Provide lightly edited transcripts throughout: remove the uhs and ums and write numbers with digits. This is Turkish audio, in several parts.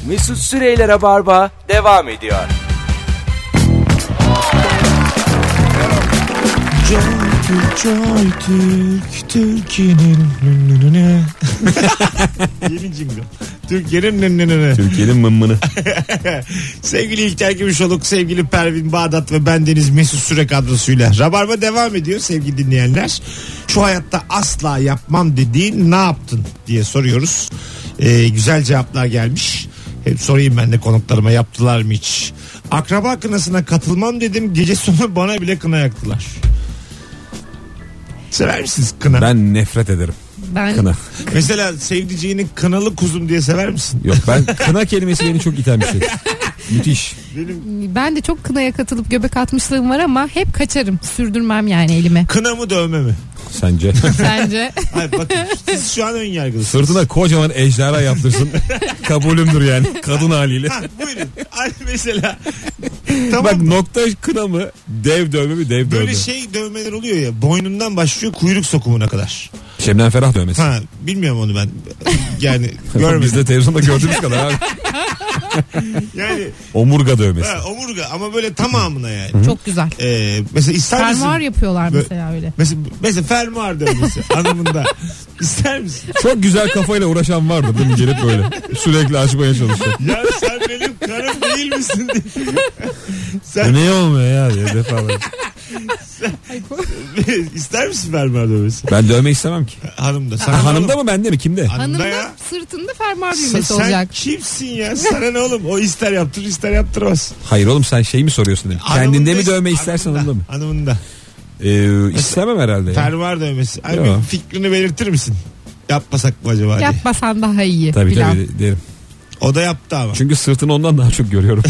Mesut Süreyler'e barba devam ediyor. Joy Türkiye'nin yeni jingle. Türkiye'nin mımmını. Sevgili İlker Gümüşoluk, sevgili Pervin Bağdat ve bendeniz Mesut Süre kadrosuyla Rabarba devam ediyor sevgili dinleyenler. Şu hayatta asla yapmam dediğin ne yaptın diye soruyoruz. Güzel cevaplar gelmiş. Hep sorayım ben de konuklarıma, yaptılar mı hiç? Akraba kınasına katılmam dedim, gece sonu bana bile kına yaktılar. Sever misiniz kına? Ben nefret ederim. Kına. Mesela sevdiceğini kınalı kuzum diye sever misin? Yok, ben kına kelimesi beni çok iten bir şey. Müthiş. Ben de çok kınaya katılıp göbek atmışlığım var ama hep kaçarım. Sürdürmem yani elime. Kına mı dövme mi? Sence? Sence? Hayır, bakın siz şu an ön yargılısınız. Sırtına kocaman ejderha yaptırsın. Kabulümdür yani kadın haliyle. Buyurun. Mesela tamam bak mı? nokta kına mı? Dev dövme mi? Dev dövme. Böyle şey dövmeler oluyor ya, boynundan başlıyor kuyruk sokumuna kadar. Şebnem Ferah dövmesi. Ha, bilmiyorum onu ben. Yani görmedim. Biz de televizyonda gördüğümüz kadar abi. Yani omurga dövmesi. Omurga ama böyle tamamına yani. Çok güzel. Mesela ister misin? Fermuar yapıyorlar mesela öyle. Mesela fermuar dövmesi anlamında. İster misin? Çok güzel kafayla uğraşan vardır değil mi? Gelip böyle sürekli açmaya çalışıyor. Ya sen benim karım değil misin? Sen... Ne olmuyor ya diye defalarca. İster misin fermuar dövmesi? Ben dövme istemem ki. Hanım da. Hanımda mı bende mi? Kimde? Hanımda ya. Sırtında fermuar düğmesi olacak. Sen kimsin ya? Sana ne oğlum? O ister yaptırır ister yaptırmaz. Hayır oğlum, sen şey mi soruyorsun? Kendinde mi dövme istersen hanımda mı? Hanımında. İstemem herhalde. Fermuar dövmesi. Abi fikrini belirtir misin? Yapmasak mı acaba? Yapmasan daha iyi. Tabii derim. O da yaptı ama. Çünkü sırtını ondan daha çok görüyorum.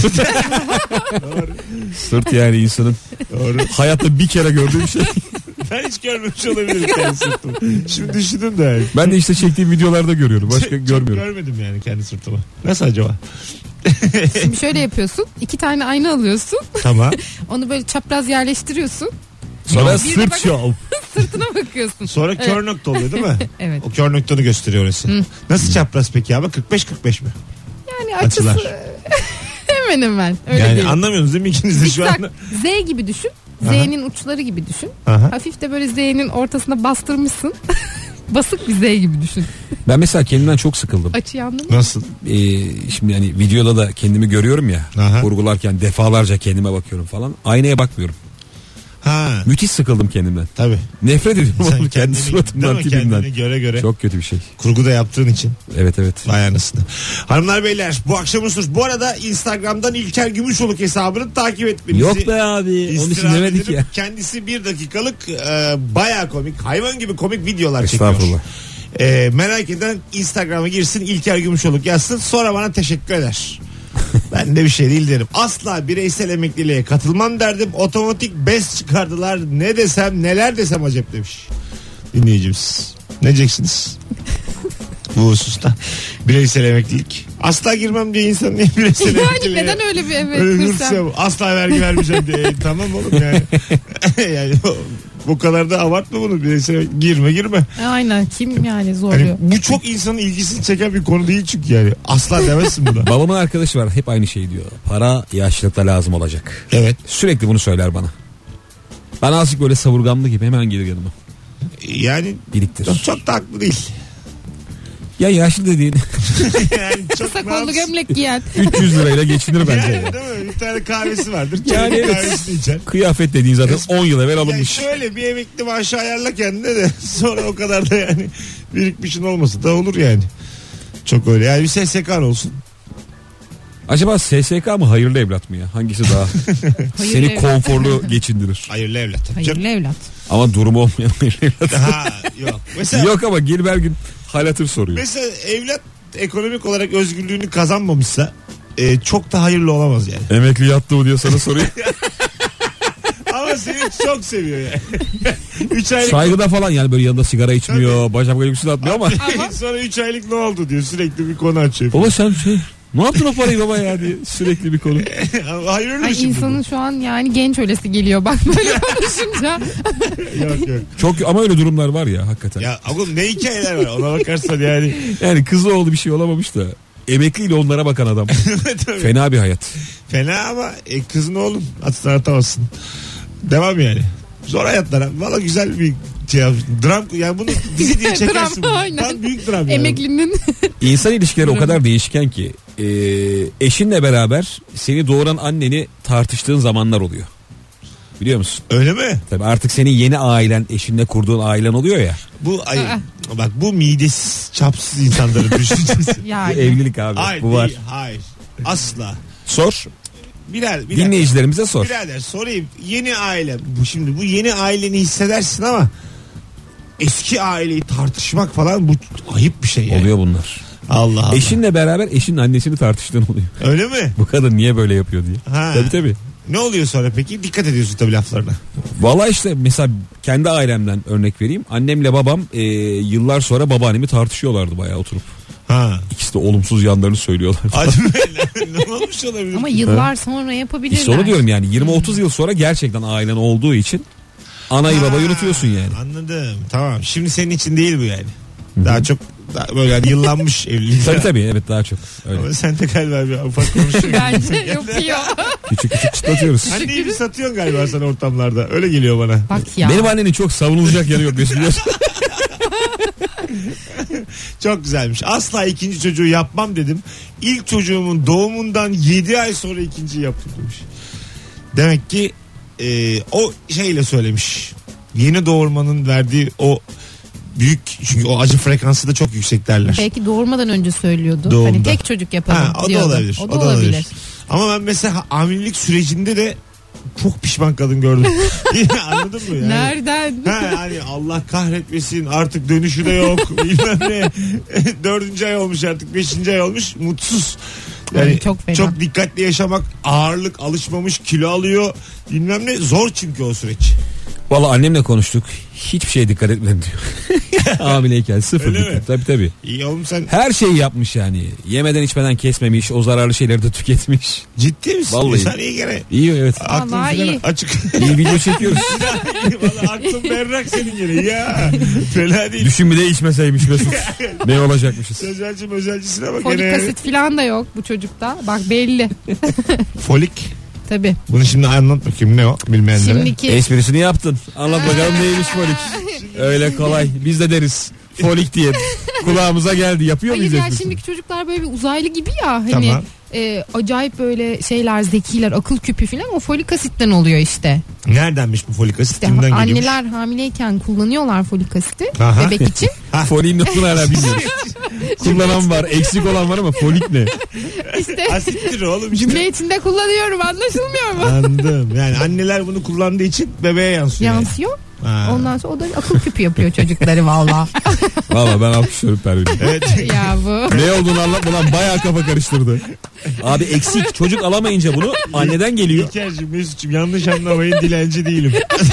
Doğru. Sırt yani insanın hayatta bir kere gördüğüm şey. Ben hiç görmemiş olabilirim kendi sırtımı. Şimdi düşündüm de yani. Ben de işte çektiğim videolarda görüyorum. Başka görmüyorum. Görmedim yani kendi sırtımı. Nasıl acaba? Şimdi şöyle yapıyorsun. 2 tane ayna alıyorsun. Tamam. Onu böyle çapraz yerleştiriyorsun. Sonra sırt şov. Sırtına bakıyorsun. Sonra kör nokta oluyor değil mi? Evet. O kör noktanı gösteriyor orası. Nasıl çapraz peki abi? 45-45 mi? Yani açısı hemen hemen. Öyle yani değil. Anlamıyorsunuz değil mi ikiniz de şu an? Z gibi düşün. Z'nin uçları gibi düşün. Aha. Hafif de böyle Z'nin ortasına bastırmışsın. Basık bir Z gibi düşün. Ben mesela kendimden çok sıkıldım. Açıyı anladın mı? Nasıl? Şimdi hani videoda da kendimi görüyorum ya. Aha. Kurgularken defalarca kendime bakıyorum falan. Aynaya bakmıyorum. Ha. Müthiş sıkıldım kendimden. Tabii. Nefret ediyorum Sen kendi kendini, suratımdan, değil mi? tipimden. Kendini göre. Çok kötü bir şey. Kurguda yaptığın için. Evet. Vay anasını. Hanımlar beyler, bu akşamın sorusu. Bu arada Instagram'dan İlker Gümüşoluk hesabını takip etmenizi. Yok be abi. Onu için demedik ya. Kendisi 1 dakikalık bayağı komik, hayvan gibi komik videolar çekiyor. Estağfurullah. Merak eden Instagram'a girsin, İlker Gümüşoluk yazsın, sonra bana teşekkür eder. Ben de bir şey değil derim. Asla bireysel emekliliğe katılmam derdim. Otomatik BES çıkardılar. Ne desem neler desem acep demiş dinleyicimiz. Ne diyeceksiniz bu hususta? Bireysel emeklilik. Asla girmem diye insan niye bireysel emekliliğe? Yani neden öyle bir Öyle hırsım. Asla vergi vermeyeceğim diye. Tamam oğlum yani. Yani bu kadar da abartma bunu. Bireysel girme. Aynen, kim yani zorluyor. Yani bu çok insanın ilgisini çeken bir konu değil çünkü yani. Asla demezsin buna. Babamın arkadaşı var, hep aynı şeyi diyor. Para yaşlılıkta lazım olacak. Evet. Sürekli bunu söyler bana. Ben azıcık böyle savurganlı gibi hemen gelir yanıma. Yani biriktir. Çok da haklı değil. Ya yaşlı dediğin yani çok kısa kollu gömlek giyen 300 lirayla geçinir bence. Yani, değil mi? Bir tane kahvesi vardır. Yani evet. Kahvesini içer. Kıyafet dediğin zaten 10 yıl evvel alınmış. Yani şöyle bir emekli maaşı ayarla kendine de sonra o kadar da yani birikmişin olması da olur yani. Çok öyle. Yani bir SSK olsun. Acaba SSK mı hayırlı evlat mı ya? Hangisi daha seni evlat. Konforlu geçindirir? Hayırlı evlat. Hayırlı evlat. Ama durumu olmayan hayırlı evlat. Ha, yok. Mesela, yok ama gel her gün hal hatır soruyor. Mesela evlat ekonomik olarak özgürlüğünü kazanmamışsa çok da hayırlı olamaz yani. Emekli yattı mı diye sana soruyor. Ama seni çok seviyor yani. 3 aylık... Saygıda falan yani böyle yanında sigara içmiyor, bacak böyle bir şey atmıyor ama. Sonra 3 aylık ne oldu diyor, sürekli bir konu açıyor. Baba sen ne yaptın o parayı baba ya diye sürekli bir konu. Hayırlı Ay, insanın şu an yani genç ölesi geliyor bak böyle konuşunca. Yok. Çok ama öyle durumlar var ya hakikaten. Ya oğlum ne hikayeler var ona bakarsan yani. Yani kızı oldu bir şey olamamış da emekliyle onlara bakan adam. Tabii. Fena bir hayat. Fena ama kızın oğlum atsan atamazsın. Devam yani. Zor hayatlar. Valla güzel bir şey. Dram yani bunu dizi diye çekersin. Dram, aynen. Tam büyük dram yani. Emeklinin. İnsan ilişkileri o kadar değişken ki eşinle beraber seni doğuran anneni tartıştığın zamanlar oluyor. Biliyor musun? Öyle mi? Tabii artık senin yeni ailen, eşinle kurduğun ailen oluyor ya. Bu bak bu midesiz, çapsız insanların düşüncesi. Bu Yani. evlilik abi. Hayır, bu var. değil, hayır. Asla. Sor. Bilal, Dinleyicilerimize sor. birader sorayım. Yeni aile. Bu yeni aileni hissedersin ama eski aileyi tartışmak falan bu ayıp bir şey yani. Oluyor bunlar. Allah Allah. Eşinle beraber eşinin annesini tartıştığın oluyor. Öyle mi? Bu kadın niye böyle yapıyor diye. Ha. Tabii. Ne oluyor sonra peki? Dikkat ediyorsun tabii laflarına. Vallahi işte mesela kendi ailemden örnek vereyim. Annemle babam yıllar sonra babaannemi tartışıyorlardı bayağı oturup. Ha. İkisi de olumsuz yanlarını söylüyorlar. Hadi ne olmuş olabilir? Ama yıllar sonra yapabilirler. İşte onu diyorum yani 20-30 yıl sonra gerçekten ailen olduğu için anayı babayı unutuyorsun yani. Anladım. Tamam. Şimdi senin için değil bu yani. Daha çok böyle yani yıllanmış evlilik. Tabii evet daha çok öyle. Ama sen de galiba bir ufak konuşuyorsun. Bence yapıyor. Küçük çıtlatıyoruz. Anneyi bir satıyorsun galiba sen ortamlarda. Öyle geliyor bana. Bak ya. Benim annenin çok savunulacak yanı yok biliyorsun. Çok güzelmiş. Asla ikinci çocuğu yapmam dedim. İlk çocuğumun doğumundan 7 ay sonra ikinciyi yaptım demiş. Demek ki o şeyle söylemiş. Yeni doğurmanın verdiği o büyük, çünkü o acı frekansı da çok yüksek derler. Belki doğurmadan önce söylüyordu. Doğumda. Hani tek çocuk yapalım O diyordu. da olabilir. O da olabilir. Ama ben mesela hamilelik sürecinde de çok pişman kadın gördüm. Anladın mı yani? Nereden? Hani Allah kahretmesin artık dönüşü de yok bilmem ne. 4. ay olmuş artık 5. ay olmuş mutsuz. Yani Ay, çok fena. dikkatli yaşamak, ağırlık, alışmamış, kilo alıyor bilmem ne, zor çünkü o süreç. Valla annemle konuştuk. Hiçbir şeye dikkat etmedim diyor. Hamileyken sıfır Öyle dikkat. mi? Tabii. İyi oğlum sen Her şeyi yapmış yani. Yemeden içmeden kesmemiş. O zararlı şeyleri de tüketmiş. ciddi misin? Vallahi. Sen iyi gene. İyi evet. Aklın Vallahi filan iyi. açık. İyi video çekiyoruz. Valla aklın berrak senin gene ya. Fena değil. Düşün bir de içmeseymiş Mesut. Ne olacakmışız? Özelcisine bak Folik gene. asit falan da yok bu çocukta. Bak belli. Folik. Tabii. Bunu şimdi anlat bakayım ne o bilmeyenlere. Şimdiki Esprisini yaptın. Anlat bakalım neymiş folik. Öyle kolay. Biz de deriz. Folik diye. Kulağımıza geldi. Yapıyor hayır muyuz ya esprisini? şimdiki çocuklar böyle bir uzaylı gibi ya. Hani Tamam. acayip böyle şeyler, zekiler, akıl küpü falan o folik asitten oluyor işte. Neredenmiş bu folik asit? İşte Kimden geliyormuş? anneler hamileyken kullanıyorlar folik asiti Aha. bebek için. Foliğin ne olduğunu hala bilmiyoruz. Kullanan var. Eksik olan var ama folik ne? İşte Asittir oğlum işte. cümle içinde kullanıyorum, anlaşılmıyor mu? Anladım. Yani anneler bunu kullandığı için bebeğe yansıyor. Yansıyor. Ha. Ondan sonra o da akıl küpü yapıyor çocukları valla. Valla ben alkışlıyorum Pervin'i. Evet. Ya bu. Ne olduğunu anlatma lan, bayağı kafa karıştırdı. Abi eksik çocuk alamayınca bunu anneden geliyor. İlker'cim, Mesut'cum yanlış anlamayın, dilenci değilim.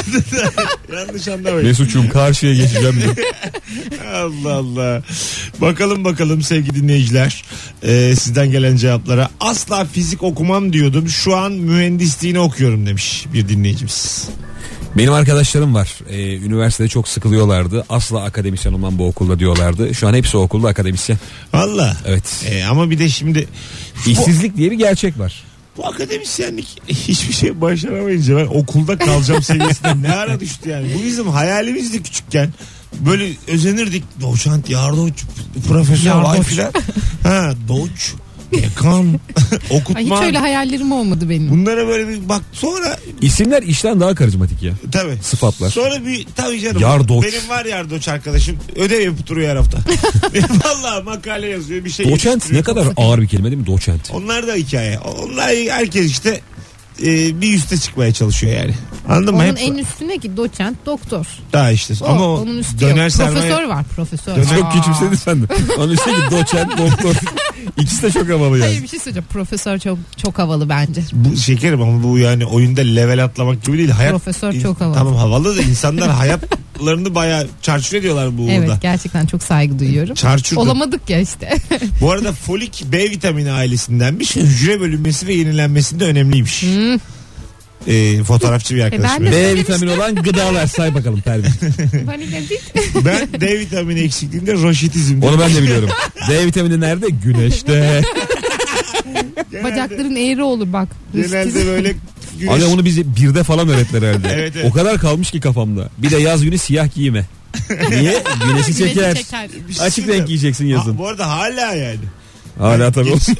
Yanlış anlamayın. Mesut'cum karşıya geçeceğim diye. Allah Allah. Bakalım sevgili dinleyiciler. Sizden gelen cevaplara. Asla fizik okumam diyordum. Şu an mühendisliğini okuyorum demiş bir dinleyicimiz. Benim arkadaşlarım var. Üniversitede çok sıkılıyorlardı. Asla akademisyen olmam bu okulda diyorlardı. Şu an hepsi okulda akademisyen. Valla. Evet. Ama bir de şimdi İşsizlik diye bir gerçek var. bu akademisyenlik hiçbir şey başaramayınca ben okulda kalacağım seviyesine ne ara düştü yani. Bu bizim hayalimizdi küçükken. Böyle özenirdik. Doçent, yardoç, profesör vay Yardoç. filan. Ha, doç, dekan, Ay, okutman. hiç öyle hayallerim olmadı benim. Bunlara böyle bir bak sonra İsimler işten daha karizmatik ya. tabii. Sıfatlar. Sonra bir tabii canım. Yardoç. Benim var yardoç arkadaşım. Ödev yapıp duruyor her hafta. Vallahi makale yazıyor bir şey. Doçent ne yetiştiriyor. kadar ağır bir kelime değil mi? Doçent. Onlar da hikaye. Onlar herkes işte bir üste çıkmaya çalışıyor yani. Anladın mı? Onun Hep en üstüne ki doçent, doktor. daha işte. O, Ama onun üstü döner yok. sermaye. Profesör var, profesör. Döner- Çok küçümsedin sen de. Onun üstüne ki doçent, doktor. İkisi de çok havalı yani. Hayır, bir şey söyleyeceğim. Profesör çok havalı bence. Bu şekerim ama bu yani oyunda level atlamak gibi değil. Hayat, Profesör çok havalı. Tamam havalı da insanlar hayatlarını bayağı çarçur ediyorlar bu uğurda. Evet, gerçekten çok saygı duyuyorum. Çarçur. Olamadık ya işte. Bu arada folik B vitamini ailesindenmiş. Hücre bölünmesi ve yenilenmesinde önemliymiş. Fotoğrafçı bir arkadaşım. ben de- B vitamini olan gıdalar say bakalım Pervin. Panik Ben D vitamini eksikliğinde roşitizm. Onu ben de biliyorum. D vitamini nerede? Güneşte. Bacakların eğri olur bak. Genelde böyle güneş... Hani onu bize birde falan öğrettiler herhalde. Evet, evet. O kadar kalmış ki kafamda. Bir de yaz günü siyah giyme. Niye? Güneşi çeker. Bir şey Açık söyleyeyim. renk giyeceksin yazın. Bu arada hala yani. Hala tabii olsun.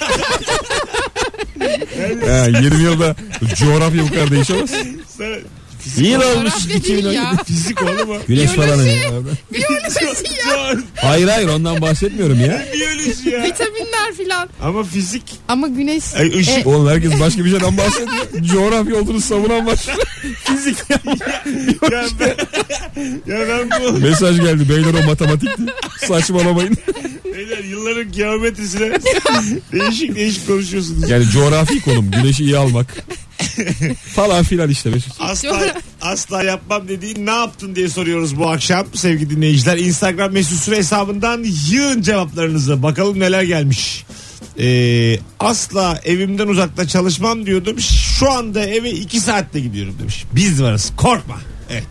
20 yılda coğrafya bu kadar değişemez. Sana İyi de olmuş Coğrafya değil 2017. ya. fizik oğlum o. Güneş falan. Hayır ondan bahsetmiyorum ya. Biyoloji ya. Vitaminler filan. Ama fizik. Ama güneş. Ay, ışık. Oğlum herkes başka bir şeyden bahsediyor. Coğrafya olduğunu savunan var. Fizik. Ya ben bu Mesaj geldi beyler o matematikti. Saçmalamayın. beyler yılların geometrisine değişik konuşuyorsunuz. Yani coğrafi konum güneşi iyi almak. Falan filan işte. Asla yapmam dediğin ne yaptın diye soruyoruz bu akşam sevgili dinleyiciler. Instagram mesut süre hesabından yığın cevaplarınızı. Bakalım neler gelmiş. Asla evimden uzakta çalışmam diyordum. Şu anda eve 2 saatte gidiyorum demiş. Biz varız, korkma. Evet.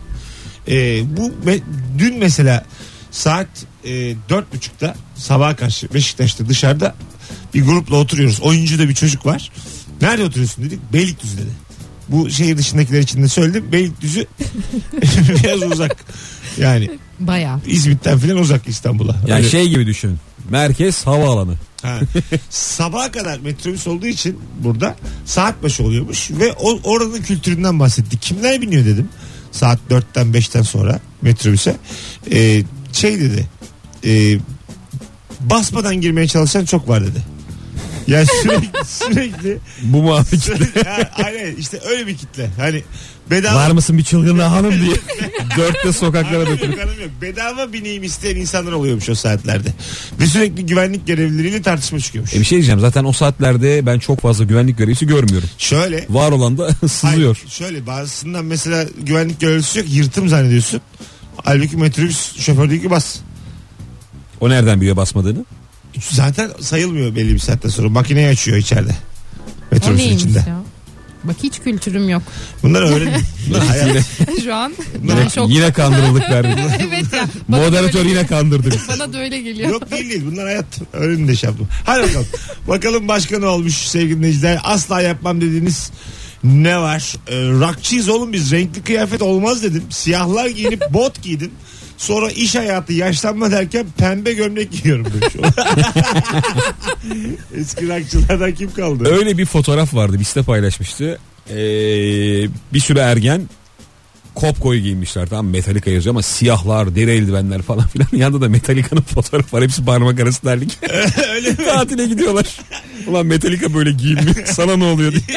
Dün mesela saat 4.30'da sabaha karşı Beşiktaş'ta dışarıda bir grupla oturuyoruz. Oyuncu da bir çocuk var. Nerede oturuyorsun dedik. Beylikdüzü dedi. Bu şehir dışındakiler için de söyledim. Beylikdüzü biraz uzak. Yani Bayağı. İzmit'ten falan uzak İstanbul'a. Yani Öyle. şey gibi düşün. Merkez havaalanı. Ha. Sabaha kadar metrobüs olduğu için burada saat başı oluyormuş ve oranın kültüründen bahsettik. Kimler biniyor dedim. Saat 4'ten 5'ten sonra metrobüse. Şey dedi. Basmadan girmeye çalışan çok var dedi. Yani sürekli Bu muhabbet. aynen işte öyle bir kitle. Hani bedava Var mısın bir çılgınlığa hanım diye. Dörtte sokaklara Hanım dökülüp. yok, hanım yok. Bedava bineyim isteyen insanlar oluyormuş o saatlerde. Ve sürekli güvenlik görevlileriyle tartışma çıkıyormuş. Bir şey diyeceğim zaten o saatlerde ben çok fazla güvenlik görevlisi görmüyorum. Şöyle. Var olan da sızıyor. Hayır, şöyle bazısından mesela güvenlik görevlisi yok, yırtım zannediyorsun. Halbuki metrobüs şoför diyor ki bas. O nereden biliyor basmadığını? Zaten sayılmıyor belli bir saatten sonra. Makineyi açıyor içeride. O Metrobüsün neymiş içinde. ya? Bak hiç kültürüm yok. Bunlar öyle. Bunlar hayat. Şu an Yine, ben şok. yine kandırıldık verdik. Evet ya. Bana da Moderatör öyle- yine kandırdı bizi. Bana da öyle geliyor. Yok değil. Bunlar hayat. Öyle de şey yaptım. Hadi bakalım. Bakalım başka ne olmuş sevgili dinleyiciler. Asla yapmam dediğiniz ne var? Rockçıyız oğlum biz. Renkli kıyafet olmaz dedim. Siyahlar giyinip bot giydim. Sonra iş hayatı yaşlanma derken pembe gömlek giyiyorum demiş. Eski rockçılardan kim kaldı? Öyle bir fotoğraf vardı. Bir site paylaşmıştı. Bir sürü ergen Kopko'yu giymişler, tamam, Metallica yazıyor ama siyahlar, deri eldivenler falan filan. Yanında da Metallica'nın fotoğrafı var. Hepsi parmak arası terlik. Öyle mi? Tatile gidiyorlar. Ulan Metallica böyle giyinmiyor. Sana ne oluyor diye.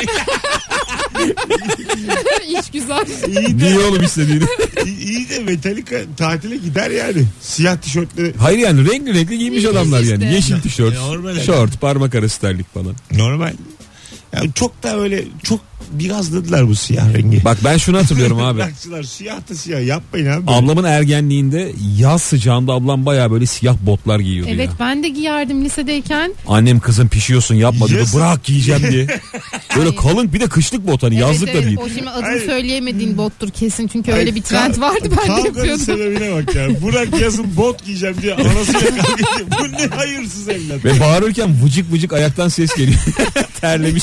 İş güzel. İyi de, Niye oğlum istediğini. iyi de Metallica tatile gider yani. Siyah tişörtle. Hayır yani renkli renkli giymiş İyi adamlar işte. yani. Yeşil tişört, Normal. şort, parmak arası terlik falan. Normal. Yani çok da öyle çok birazladılar bu siyah rengi. Bak ben şunu hatırlıyorum abi. Rockçılar siyah da siyah yapmayın abi. Ablamın ergenliğinde yaz sıcağında ablam baya böyle siyah botlar giyiyordu Evet ya. ben de giyerdim lisedeyken. Annem kızım pişiyorsun yapma dedi. Yes. Bırak giyeceğim diye. Böyle kalın bir de kışlık bot, hani yazlık da değil. O şimdi adını Hayır. söyleyemediğin bottur kesin. Çünkü öyle Ay, bir trend vardı ben de Kavganın yapıyordum. sebebine bak ya. Burak yazın bot giyeceğim diye anasıyla kavga ediyor. Bu ne hayırsız evlat. Ve bağırırken vıcık vıcık ayaktan ses geliyor. Terlemiş.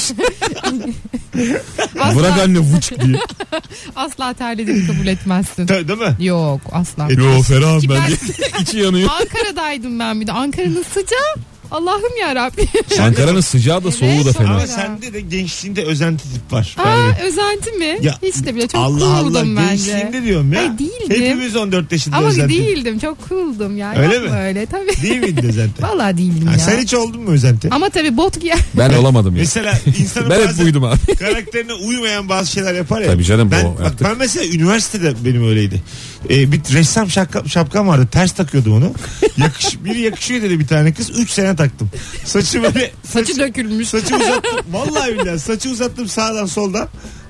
Bırak anne vıcık diye. Asla terlediğini kabul etmezsin. Değil mi? Yok asla. Yo ferahım Ki ben ben- diye. İçi yanıyor. Ankara'daydım ben bir de. Ankara'nın sıcağı. Allah'ım yarabbim. Ankara'nın sıcağı da soğuğu da Evet, fena. Ama Aa. sende de gençliğinde özenti tip var. Aa özenti mi? Ya, Hiç de bile çok Allah Allah cool'dum bence. gençliğinde diyorum ya. Ay, değildim. Hepimiz 14 yaşında Ama özenti. değildim. Çok cool'dum ya. Öyle Yapma mi? Öyle tabii. Değil miydin özenti? Vallahi değildim Ha, ya. sen hiç oldun mu özenti? Ama tabii bot giyer. Ben olamadım ya. Mesela insanın Ben hep bazen buydum abi. karakterine uymayan bazı şeyler yapar ya. Tabii canım, ben, bu bak, yaptık. ben mesela üniversitede benim öyleydi. Bir ressam şapkam vardı. Ters takıyordum onu. Biri yakışıyor dedi bir tane kız. 3 sene taktım. Saçı böyle Saçı dökülmüş. saçı uzattım. Vallahi billahi saçı uzattım sağdan soldan.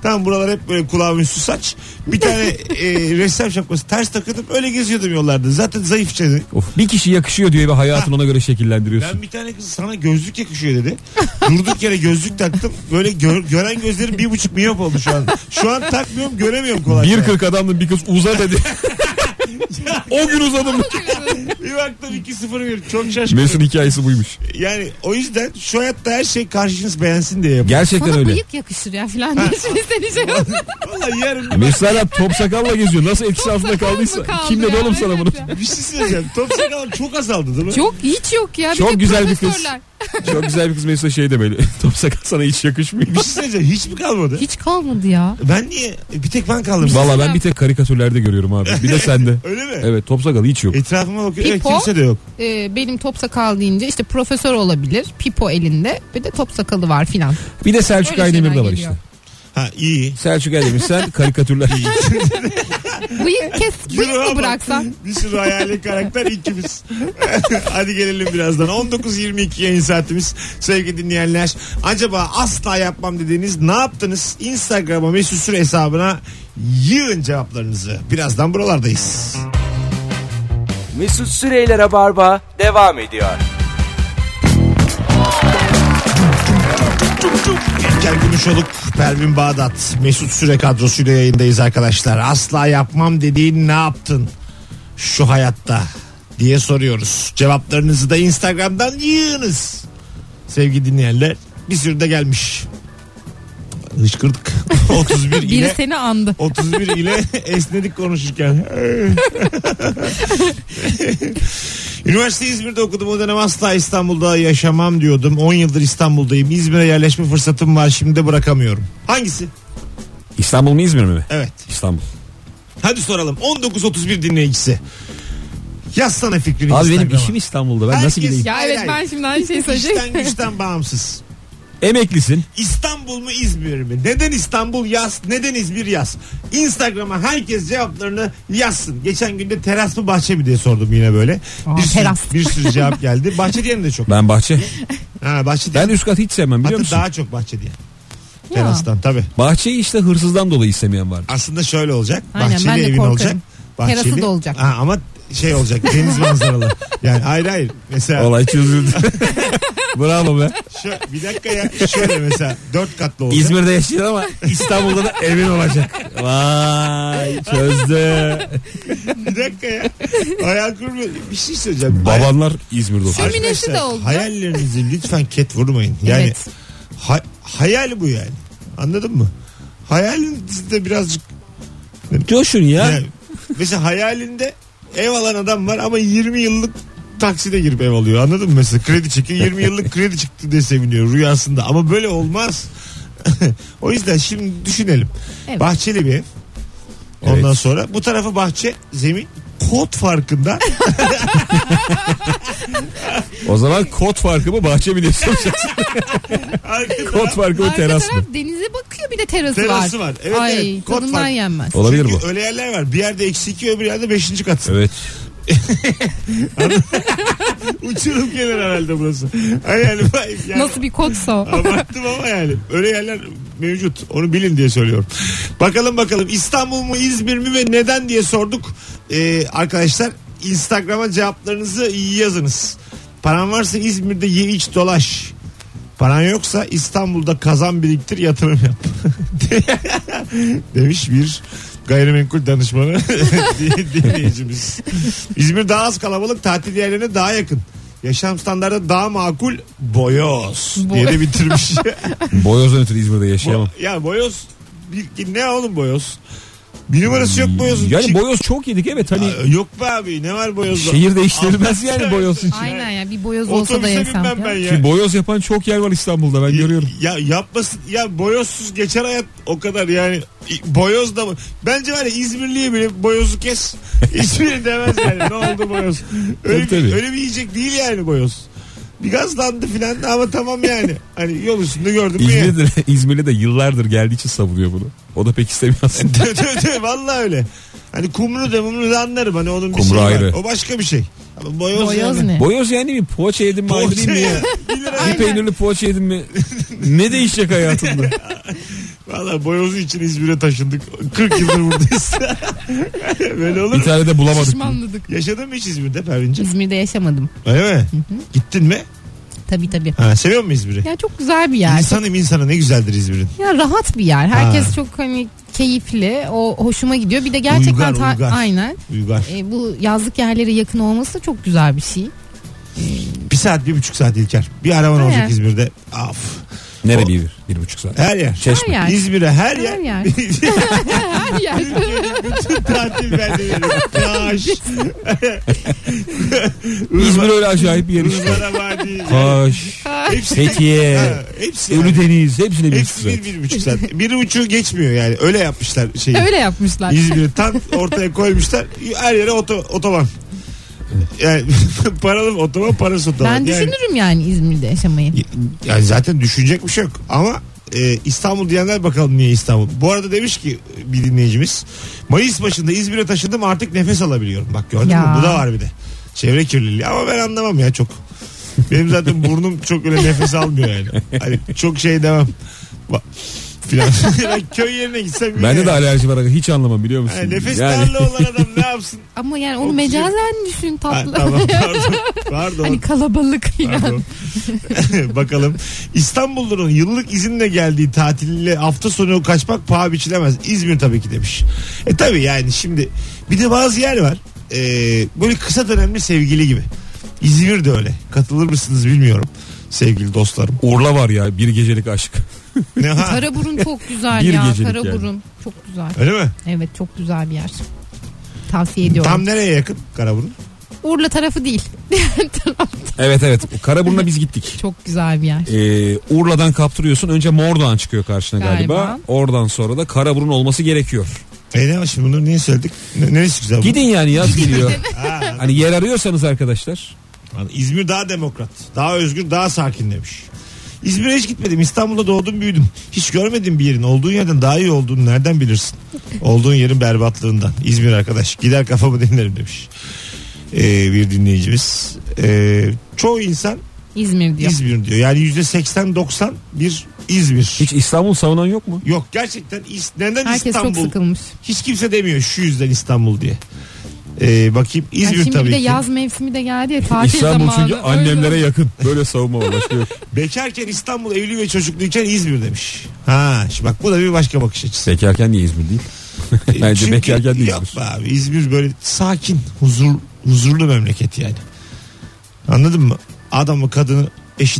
Tamam, buralar hep böyle kulağım üstü saç. Bir tane ressam şapkası ters takıp öyle geziyordum yollarda. Zaten zayıfçaydı. Of, bir kişi yakışıyor diyor ve hayatını ona göre şekillendiriyorsun. Ben bir tane kız sana gözlük yakışıyor dedi. Durduk yere gözlük taktım. Böyle gören gözlerim 1,5 miyop oldu şu an. Şu an takmıyorum, göremiyorum kolay. 1.40 adamla bir kız uza dedi. O gün uzadım. Bir baktım 2-0-1. Çok şaşkınım. Mesut'un hikayesi buymuş. Yani o yüzden şu hayatta her şey karşınız beğensin diye yapıyor. Gerçekten Sana öyle. bıyık yakışır ya falan diye şimdi seni şey oldu. Vallahi yarın Mesut hala top sakalla geziyor. Nasıl etkisi altında kaldıysa. kaldı Kim dedi ya, oğlum sana evet bunu? ya. bir şey söyleyeceğim. Top sakalım çok azaldı değil mi? Çok hiç yok ya. Çok de güzel bir kız. profesörler. Çok güzel bir kız Mesut'a şey demeli. Top sakal sana hiç yakışmıyor. Bir şey söyleyeceğim. Hiç mi kalmadı? Hiç kalmadı ya. Ben niye? Bir tek ben kaldım. Valla ben bir tek karikatürlerde görüyorum abi. Bir de sende. Öyle mi? Evet, top sakalı hiç yok. Etrafıma bakıyorum. Evet, Pipo. kimse de yok. Benim top sakal deyince işte profesör olabilir. Pipo elinde. Bir de top sakalı var filan. Bir de Selçuk Öyle Aydemir de şeyler var geliyor. işte. Ha iyi. Selçuk Aydemir sen karikatürler. Bıyık Güruha mı bak. bıraksan? Bir sürü hayali karakter ikimiz. Hadi gelelim birazdan. 19.22 yayın saatimiz. Sevgili dinleyenler. Acaba asla yapmam dediğiniz ne yaptınız? Instagram'a Mesut Süre hesabına yığın cevaplarınızı. Birazdan buralardayız. Mesut Süreyler'e barba devam ediyor. İlker Gümüşoluk, Pervin Bağdat, Mesut Süre kadrosuyla yayındayız arkadaşlar. Asla yapmam dediğin ne yaptın şu hayatta diye soruyoruz. Cevaplarınızı da Instagram'dan yığınız. Sevgili dinleyenler, bir sürü de gelmiş. Hışkırdık. 31 Biri ile seni andı. 31 ile esnedik konuşurken. Üniversite İzmir'de okudum. O dönem asla İstanbul'da yaşamam diyordum. 10 yıldır İstanbul'dayım. İzmir'e yerleşme fırsatım var. Şimdi de bırakamıyorum. Hangisi? İstanbul mu İzmir mi? Evet. İstanbul. Hadi soralım. 19.31 dinleyicisi. Yazsana fikrini. Abi benim Instagram'a. işim İstanbul'da. Ben nasıl Herkes- gideyim? Ya evet, ben şimdi aynı şeyi söyleyeceğim. İşten güçten bağımsız. Emeklisin. İstanbul mu İzmir mi? Neden İstanbul yaz? Neden İzmir yaz? Instagram'a herkes cevaplarını yazsın. Geçen günde teras mı bahçe mi diye sordum yine böyle. Aa, bir sürü, teras. bir sürü cevap geldi. Bahçe diyen de çok. Ben bahçe. Ha, bahçe diyen. Ben üst kat hiç sevmem biliyor Hatta musun? daha çok bahçe diyen. Terastan tabii. Bahçeyi işte hırsızdan dolayı istemeyen var. Aslında şöyle olacak. Aynen, Bahçeli ben de evin korkarım. olacak. Bahçeli. Terası da olacak. Ha, ama şey olacak. Deniz manzaralı. Yani hayır. Mesela Olay çözüldü. Bravo be. bir dakika ya. Şöyle mesela 4 katlı olacak. İzmir'de yaşıyor ama İstanbul'da da evin olacak. Vay çözdü. Bir dakika ya. Hayal kurmuyor. Bir şey söyleyeceğim. Babanlar İzmir'de oturuyor. Şöminesi de oldu. Hayallerinizi lütfen ket vurmayın. Yani Evet. hayal bu yani. Anladın mı? Hayalinizde birazcık Coşun ya. yani, mesela hayalinde ev alan adam var ama 20 yıllık takside girip ev alıyor. Anladın mı? Mesela kredi çekiyor. 20 yıllık kredi çıktı diye seviniyor rüyasında. Ama böyle olmaz. O yüzden şimdi düşünelim. Evet. Bahçeli bir ev. Ondan Evet. sonra bu tarafı bahçe, zemin kod farkında. O zaman kod farkı mı bahçe mi diye soracaksın. Arka Kod taraf farkı mı Arka teras mı? taraf denize bakıyor, bir de terası, terası var. Evet, Ay evet. Kod tadından farkı. yenmez. Olabilir Çünkü bu. öyle yerler var. Bir yerde -2, öbür yerde 5. kat. Evet. Uçurum gelir herhalde burası. Yani, Nasıl bir kodsa o. abarttım ama yani. Öyle yerler mevcut. Onu bilin diye söylüyorum. Bakalım İstanbul mu İzmir mi ve neden diye sorduk. Arkadaşlar Instagram'a cevaplarınızı yazınız. Paran varsa İzmir'de ye iç dolaş. Paran yoksa İstanbul'da kazan biriktir, yatırım yap. Demiş bir gayrimenkul danışmanı dinleyicimiz. İzmir daha az kalabalık, tatil yerlerine daha yakın. Yaşam standartı daha makul, boyoz diye de bitirmiş. Boyoz'dan ötürü İzmir'de yaşayamam. Ya boyoz ne oğlum boyoz? Bir numarası yok boyozun. Yani boyoz çok yedik evet hani. Yok be abi, ne var boyozda? Şehir değiştirilmez yani boyoz için. Aynen ya, bir boyoz olsa da Otobüse yesem. binmem ben Ya. ya. Ki boyoz yapan çok yer var İstanbul'da ben görüyorum. Ya yapmasın ya, boyozsuz geçer hayat o kadar yani. Boyoz da mı? Bence var ya, İzmirliye bile boyozu kes. İzmirli demez yani, ne oldu boyoz? Öyle, Tabii. öyle bir yiyecek değil yani boyoz. Bir gazlandı filan ama tamam yani. Hani yol üstünde gördüm mü ya? İzmirli de yıllardır geldiği için savunuyor bunu. O da pek istemiyor aslında. Vallahi öyle. Hani kumru da anlarım, hani onun bir Kumru şeyi var. ayrı. O başka bir şey. Ama boyoz yani. Ne? Boyoz yani bir poğaça yedim mi ayrılayım mı ya? Bir lira. Bir peynirli poğaça yedim mi? Ne değişecek hayatımda? Valla boyozu için İzmir'e taşındık. 40 yıldır buradayız. Böyle olur Bir mu? tane de bulamadık. Pişmanladık. Yaşadın mı hiç İzmir'de Pervin'ciğim? İzmir'de yaşamadım. Öyle mi? Gittin mi? Tabii. Ha, seviyor musun İzmir'i? Ya çok güzel bir yer. İnsanı ne güzeldir İzmir'in. Ya rahat bir yer. Herkes Ha. çok hani keyifli. O hoşuma gidiyor. Bir de gerçekten Uygar. aynen. Uygar. Bu yazlık yerlere yakın olması çok güzel bir şey. 1 saat 1,5 saat İlker. Bir araban Aynen. olacak İzmir'de. Af. Nere 1,5 saat? Her yer. Çeşme. Her yer. İzmir'e her yer. Her yer. Her yer. Bütün tatil ben de veririm. Kaş. İzmir öyle acayip bir yer işte. Irmara Vadi. Kaş, Hepsi. Fethiye, Ha, hepsi. Ölüdeniz hepsine 1,5 Hepsi saat. 1,5 saat. 1,5 geçmiyor yani. Öyle yapmışlar şeyi. Öyle yapmışlar. İzmir'i tam ortaya koymuşlar. Her yere otoban. Yani paralı otoban, parası otoban. Ben Yani- düşünürüm yani İzmir'de yaşamayı. Yani zaten düşünecek bir şey yok. Ama İstanbul diyenler bakalım niye İstanbul. Bu arada demiş ki bir dinleyicimiz, Mayıs başında İzmir'e taşındım, artık nefes alabiliyorum. Bak gördün Ya. mü? Bu da var bir de. Çevre kirliliği. Ama ben anlamam ya çok. Benim zaten burnum çok öyle nefes almıyor yani. Hani çok şey demem. Filan. Ben köy yerine gitsem. Bende yine de yani. alerji var. Hiç anlamam biliyor musun? Nefes Yani- darlığı olan adam ne yapsın? Ama yani onu Oksijen- mecazen düşün Ha, tatlı. tamam pardon. Hani kalabalık falan. Pardon. Bakalım. İstanbulluların yıllık izinle geldiği tatille hafta sonu kaçmak paha biçilemez. İzmir tabii ki demiş. Tabii yani şimdi bir de bazı yer var. Böyle kısa dönemli sevgili gibi. İzmir de öyle. Katılır mısınız bilmiyorum. Sevgili dostlarım. Urla var ya, bir gecelik aşk. Ne ha? Karaburun çok güzel Bir ya. gecelik Karaburun yani. çok güzel. Öyle mi? Evet çok güzel bir yer. Tavsiye ediyorum. Tam nereye yakın Karaburun? Urla tarafı değil. Diğer taraf Evet. Karaburun'a biz gittik. çok güzel bir yer. Urla'dan kaptırıyorsun. Önce Mordoğan çıkıyor karşına galiba. Galiba. Oradan sonra da Karaburun olması gerekiyor. Ne var şimdi bunları niye söyledik? Neresi güzel bu? Gidin yani, yaz geliyor. Ha, Hani yer arıyorsanız arkadaşlar. İzmir daha demokrat, daha özgür, daha sakin demiş. İzmir'e hiç gitmedim. İstanbul'da doğdum, büyüdüm. Hiç görmedim bir yerin. Olduğun yerden daha iyi olduğunu nereden bilirsin? Olduğun yerin berbatlığından. İzmir arkadaş. Gider kafamı dinlerim demiş. Bir dinleyicimiz. Çoğu insan İzmir diyor. İzmir diyor. Yani %80-90 bir İzmir. Hiç İstanbul savunan yok mu? Yok gerçekten. Neden Herkes İstanbul? çok sıkılmış. Hiç kimse demiyor şu yüzden İstanbul diye. Bakayım Yani İzmir şimdi tabii bir de ki. yaz mevsimi de geldi ya, tatil İstanbul zamanı. çünkü annemlere yakın. Böyle savunma var. Başka yok. Bekarken İstanbul, evli ve çocukluyken İzmir demiş. Ha, şimdi bak bu da bir başka bakış açısı. Bekarken niye İzmir değil? Bence Çünkü bekarken değil. yok be abi, İzmir böyle sakin, huzurlu memleket yani. Anladın mı? Adamı kadını eşit.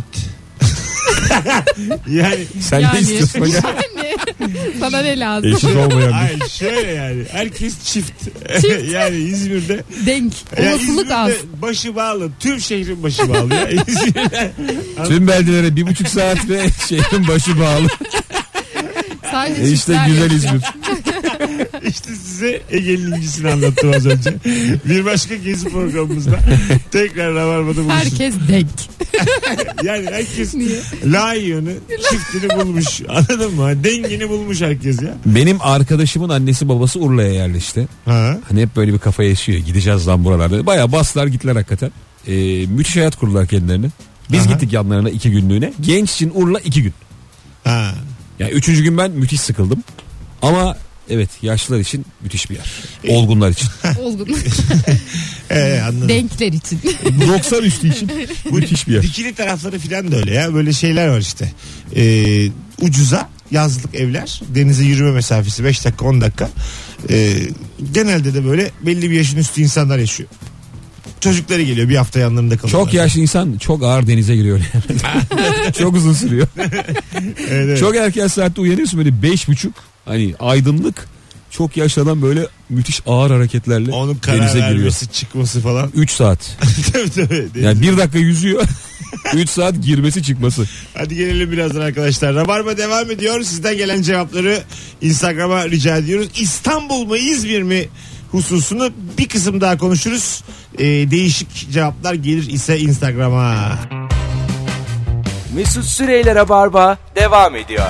Yani Sen ne istiyorsun? Yani sana ne lazım? Eşit olmayan bir. ay şöyle yani herkes çift. Yani İzmir'de Denk. yani Olasılık az. İzmir'de başı bağlı. Tüm şehrin başı bağlı ya. İzmir'de. Tüm beldelere 1,5 saat ve şehrin başı bağlı. Sadece İşte çiftler güzel yaşıyor. İzmir. İşte size Ege'nin incisini anlattım az önce. Bir başka gezi programımızda tekrar Rabarba'da buluştuk. Herkes denk. Yani herkes Niye? layığını, çiftini bulmuş. Anladın mı? Dengini bulmuş herkes ya. Benim arkadaşımın annesi babası Urla'ya yerleşti. Ha. Hani hep böyle bir kafa yaşıyor. Gideceğiz lan buralarda. Bayağı bastılar gittiler hakikaten. Müthiş hayat kurdular kendilerine. Biz Aha. gittik yanlarına 2 günlüğüne. Genç için Urla 2 gün. Ha. Yani 3. gün ben müthiş sıkıldım. Ama evet, yaşlılar için müthiş bir yer. Olgunlar için. Olgun. Anladım. Denkler için. 90 üstü için müthiş bir yer. Dikili tarafları filan da öyle ya. Böyle şeyler var işte. Ucuza yazlık evler. Denize yürüme mesafesi 5 dakika 10 dakika. Genelde de böyle belli bir yaşın üstü insanlar yaşıyor. Çocukları geliyor, bir hafta yanlarında kalıyorlar. Çok yaşlı insan çok ağır denize giriyor. Çok uzun sürüyor. Evet. Çok erken saatte uyanıyorsun, böyle 5.30, hani aydınlık, çok yaşlı adam böyle müthiş ağır hareketlerle Onun karar denize giriyor. vermesi, çıkması falan. 3 saat. Tabii. Yani 1 dakika yüzüyor. 3 saat girmesi çıkması. Hadi gelelim birazdan arkadaşlar. Rabarba devam ediyor. Sizden gelen cevapları Instagram'a rica ediyoruz. İstanbul mu İzmir mi hususunu bir kısım daha konuşuruz. Değişik cevaplar gelir ise Instagram'a. Mesut Süreyler'e barba devam ediyor.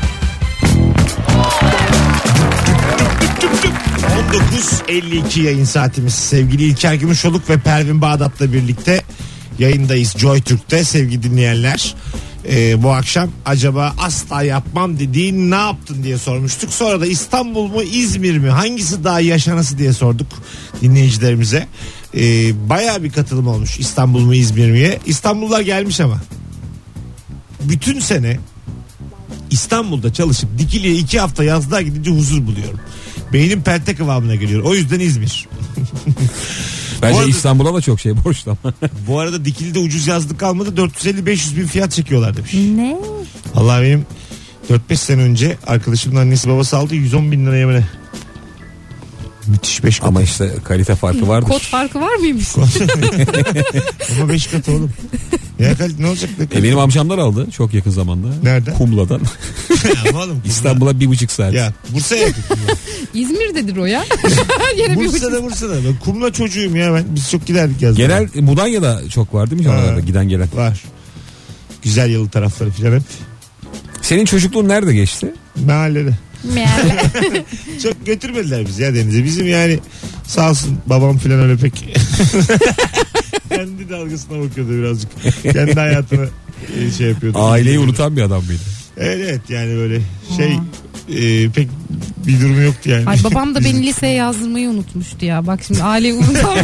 19.52 yayın saatimiz. Sevgili İlker Gümüşoluk ve Pervin Bağdat'la birlikte yayındayız Joy Türk'te sevgili dinleyenler. Bu akşam acaba asla yapmam dediğin ne yaptın diye sormuştuk. Sonra da İstanbul mu İzmir mi hangisi daha yaşanası diye sorduk dinleyicilerimize. Bayağı bir katılım olmuş İstanbul mu İzmir miye. İstanbullular gelmiş ama bütün sene İstanbul'da çalışıp Dikili'ye 2 hafta yazlığa gidince huzur buluyorum. Beynim pelte kıvamına geliyor. O yüzden İzmir. Bence arada, İstanbul'a da çok şey borçlu ama. Bu arada Dikili'de ucuz yazlık kalmadı. 450-500 bin fiyat çekiyorlar demiş. Ne? Allah benim 4-5 sene önce arkadaşımın annesi babası aldı 110 bin liraya mı ne? Müthiş 5 katı. Ama işte kalite farkı vardır. Kod farkı var mıymış? Ama 5 katı oğlum. Ya kalite ne olacak? Benim amcamlar aldı çok yakın zamanda. Nereden? Kumla'dan. Ama oğlum, İstanbul'a 1,5 saat. Ya Bursa'ya yakın. İzmir'dedir o ya. Yine Bursa'da. Ben Kumla çocuğuyum ya ben. Biz çok giderdik yazda. Genel Mudanya'da çok var değil mi? Oralarda giden gelen. Var. Güzel yalı tarafları filan hep. Senin çocukluğun nerede geçti? Mahallede. Meğer. Çok götürmediler bizi ya denize. Bizim yani sağ olsun babam filan öyle pek kendi dalgasına bakıyordu birazcık. Kendi hayatını şey yapıyordu. Aileyi unutan bir adam mıydı? Evet yani böyle şey pek bir durumu yoktu yani. Ay babam da beni liseye yazdırmayı unutmuştu ya. Bak şimdi aileyi unutan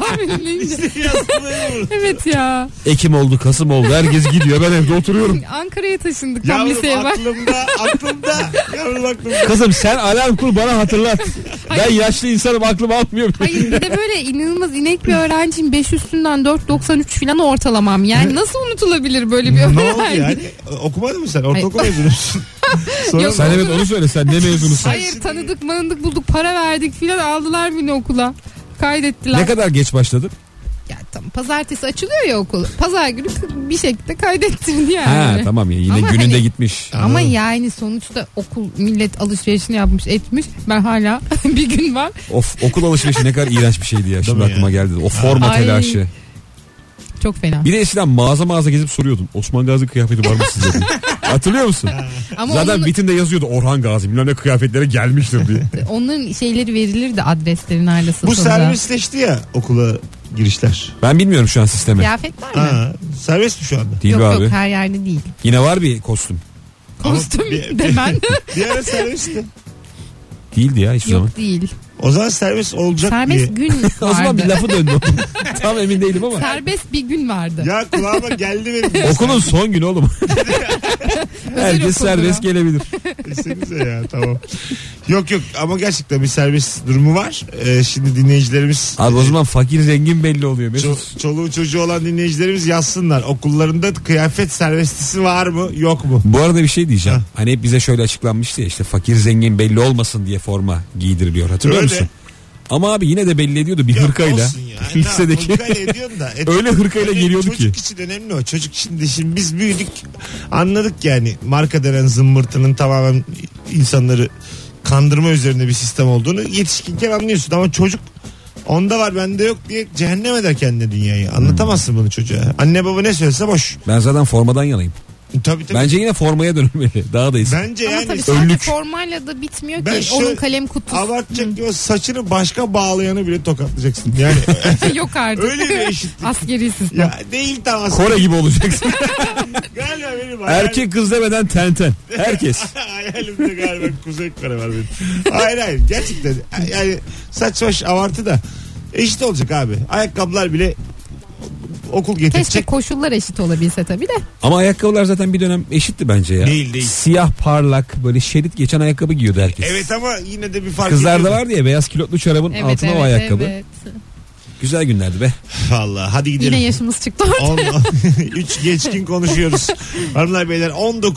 Evet ya. Ekim oldu, Kasım oldu. Herkes gidiyor. Ben evde oturuyorum. Ankara'ya taşındık tam Yavrum liseye bak. aklımda. Yavrum aklımda. Kızım sen alarm kur bana hatırlat. Ben yaşlı insanım aklım almıyor. Hayır bir de böyle inanılmaz inek bir öğrenciyim. 5 üstünden 4.93 falan ortalamam. Yani nasıl unutulabilir böyle bir öğrenci? Ne oldu yani? Okumadın mı sen? Ortaokul mezunusun. Yok, Sen evet onu söyle, sen ne mezunusun? Hayır tanıdık manıdık bulduk, para verdik filan, aldılar beni okula. Kaydettiler. Ne kadar geç başladın? Ya tamam, pazartesi açılıyor ya okul. Pazar günü bir şekilde kaydettirdi yani. Ha tamam ya, yine Ama gününde hani- gitmiş. Ama yani sonuçta okul millet alışverişini yapmış etmiş. Ben hala bir gün var. Of, okul alışverişi ne kadar iğrenç bir şeydi ya. Şimdi mi aklıma ya? geldi. O forma Ay. telaşı. Çok fena. Bir de eskiden mağaza gezip soruyordum. Osman Gazi kıyafeti var mı sizde diye. Hatırlıyor musun? Ama Zaten onun, vitinde yazıyordu Orhan Gazi. Bilmem ne kıyafetlere gelmiştir diye. onların şeyleri verilirdi, adresleri nerede Bu satıldı. serbestleşti ya okula girişler. Ben bilmiyorum şu an sistemi. Kıyafetler mi? Ha, serbest mi şu anda? Değil Yok mi abi? yok, her yerde değil. Yine var bir kostüm. Kostüm bir- demen. Bir ara serbestti. Değildi ya hiçbir zaman. Yok değil. O zaman serbest olacak diye. Serbest gün O zaman bir vardı. lafı döndü. Tam emin değilim ama. Serbest bir gün vardı. Ya kulağıma geldi benim. Okulun son günü oğlum. Herkes okul serbest ya. gelebilir. Desenize ya tamam. Yok ama gerçekten bir serbest durumu var. Şimdi dinleyicilerimiz Abi o zaman fakir zengin belli oluyor. Mesut. çoluğu çocuğu olan dinleyicilerimiz yazsınlar. Okullarında kıyafet serbestisi var mı yok mu? Bu arada bir şey diyeceğim. Hani hep bize şöyle açıklanmıştı ya, işte fakir zengin belli olmasın diye forma giydiriliyor. Hatırlıyor Öyle. musun? Ama abi yine de belli ediyordu bir Ya hırkayla. olsun ya. Lisedeki. Hırkayla ediyorsun da. Öyle hırkayla geliyordu ki. Çocuk için önemli o. Çocuk şimdi biz büyüdük. Anladık yani marka denen zımbırtının tamamen insanları kandırma üzerine bir sistem olduğunu yetişkinken anlıyorsun. Ama çocuk onda var bende yok diye cehennem eder kendine dünyayı. Anlatamazsın bunu çocuğa. Anne baba ne söylese boş. Ben zaten formadan yanayım. Tabii. Bence yine formaya dönülmeli. Daha da iyisi. Bence Ama yani tabii sadece önlük. formayla da bitmiyor Ben ki. şöyle- Onun kalem kutusu. abartacak diyor saçını başka bağlayanı bile tokatlayacaksın. Yani Yok artık. öyle bir eşitlik. Askeri sistem. Ya değil tam aslında. Kore gibi olacaksın. Galiba benim hayalim. Erkek kız demeden ten. Herkes. Hayalimde galiba Kuzey Kore var benim. Hayır gerçekten yani saç baş avartı da eşit olacak abi. Ayakkabılar bile okul Keşke getirecek. koşullar eşit olabilse tabii de. Ama ayakkabılar zaten bir dönem eşitti bence ya. Değil. Siyah parlak böyle şerit geçen ayakkabı giyiyordu herkes. Evet ama yine de bir fark Kızlarda ediyordu. vardı ya beyaz kilotlu çorabın altına o ayakkabı. Evet. Güzel günlerdi be. Vallahi hadi gidelim. Yine yaşımız çıktı orada. 3 geçkin konuşuyoruz. Hanımlar beyler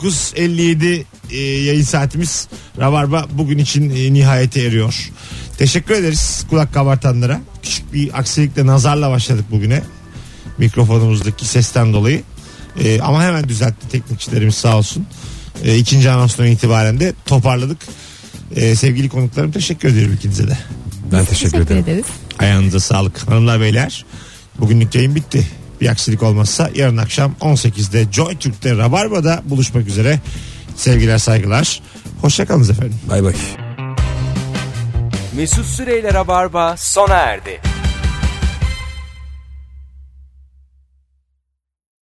19.57 yayın saatimiz. Rabarba bugün için nihayete eriyor. Teşekkür ederiz kulak kabartanlara. Küçük bir aksilikle nazarla başladık bugüne. Mikrofonumuzdaki sesten dolayı. Ama hemen düzeltti teknikçilerimiz sağ olsun. İkinci anonsdan itibaren de toparladık. Sevgili konuklarım teşekkür ediyorum ikinize de. Ben teşekkür ederim. ederiz. Ayağınıza sağlık. Hanımlar beyler bugünlük yayın bitti. Bir aksilik olmazsa yarın akşam 18'de Joy Türk'te Rabarba'da buluşmak üzere. Sevgiler saygılar. Hoşçakalınız efendim. Bay bay. Mesut Süreyler'e barba sona erdi.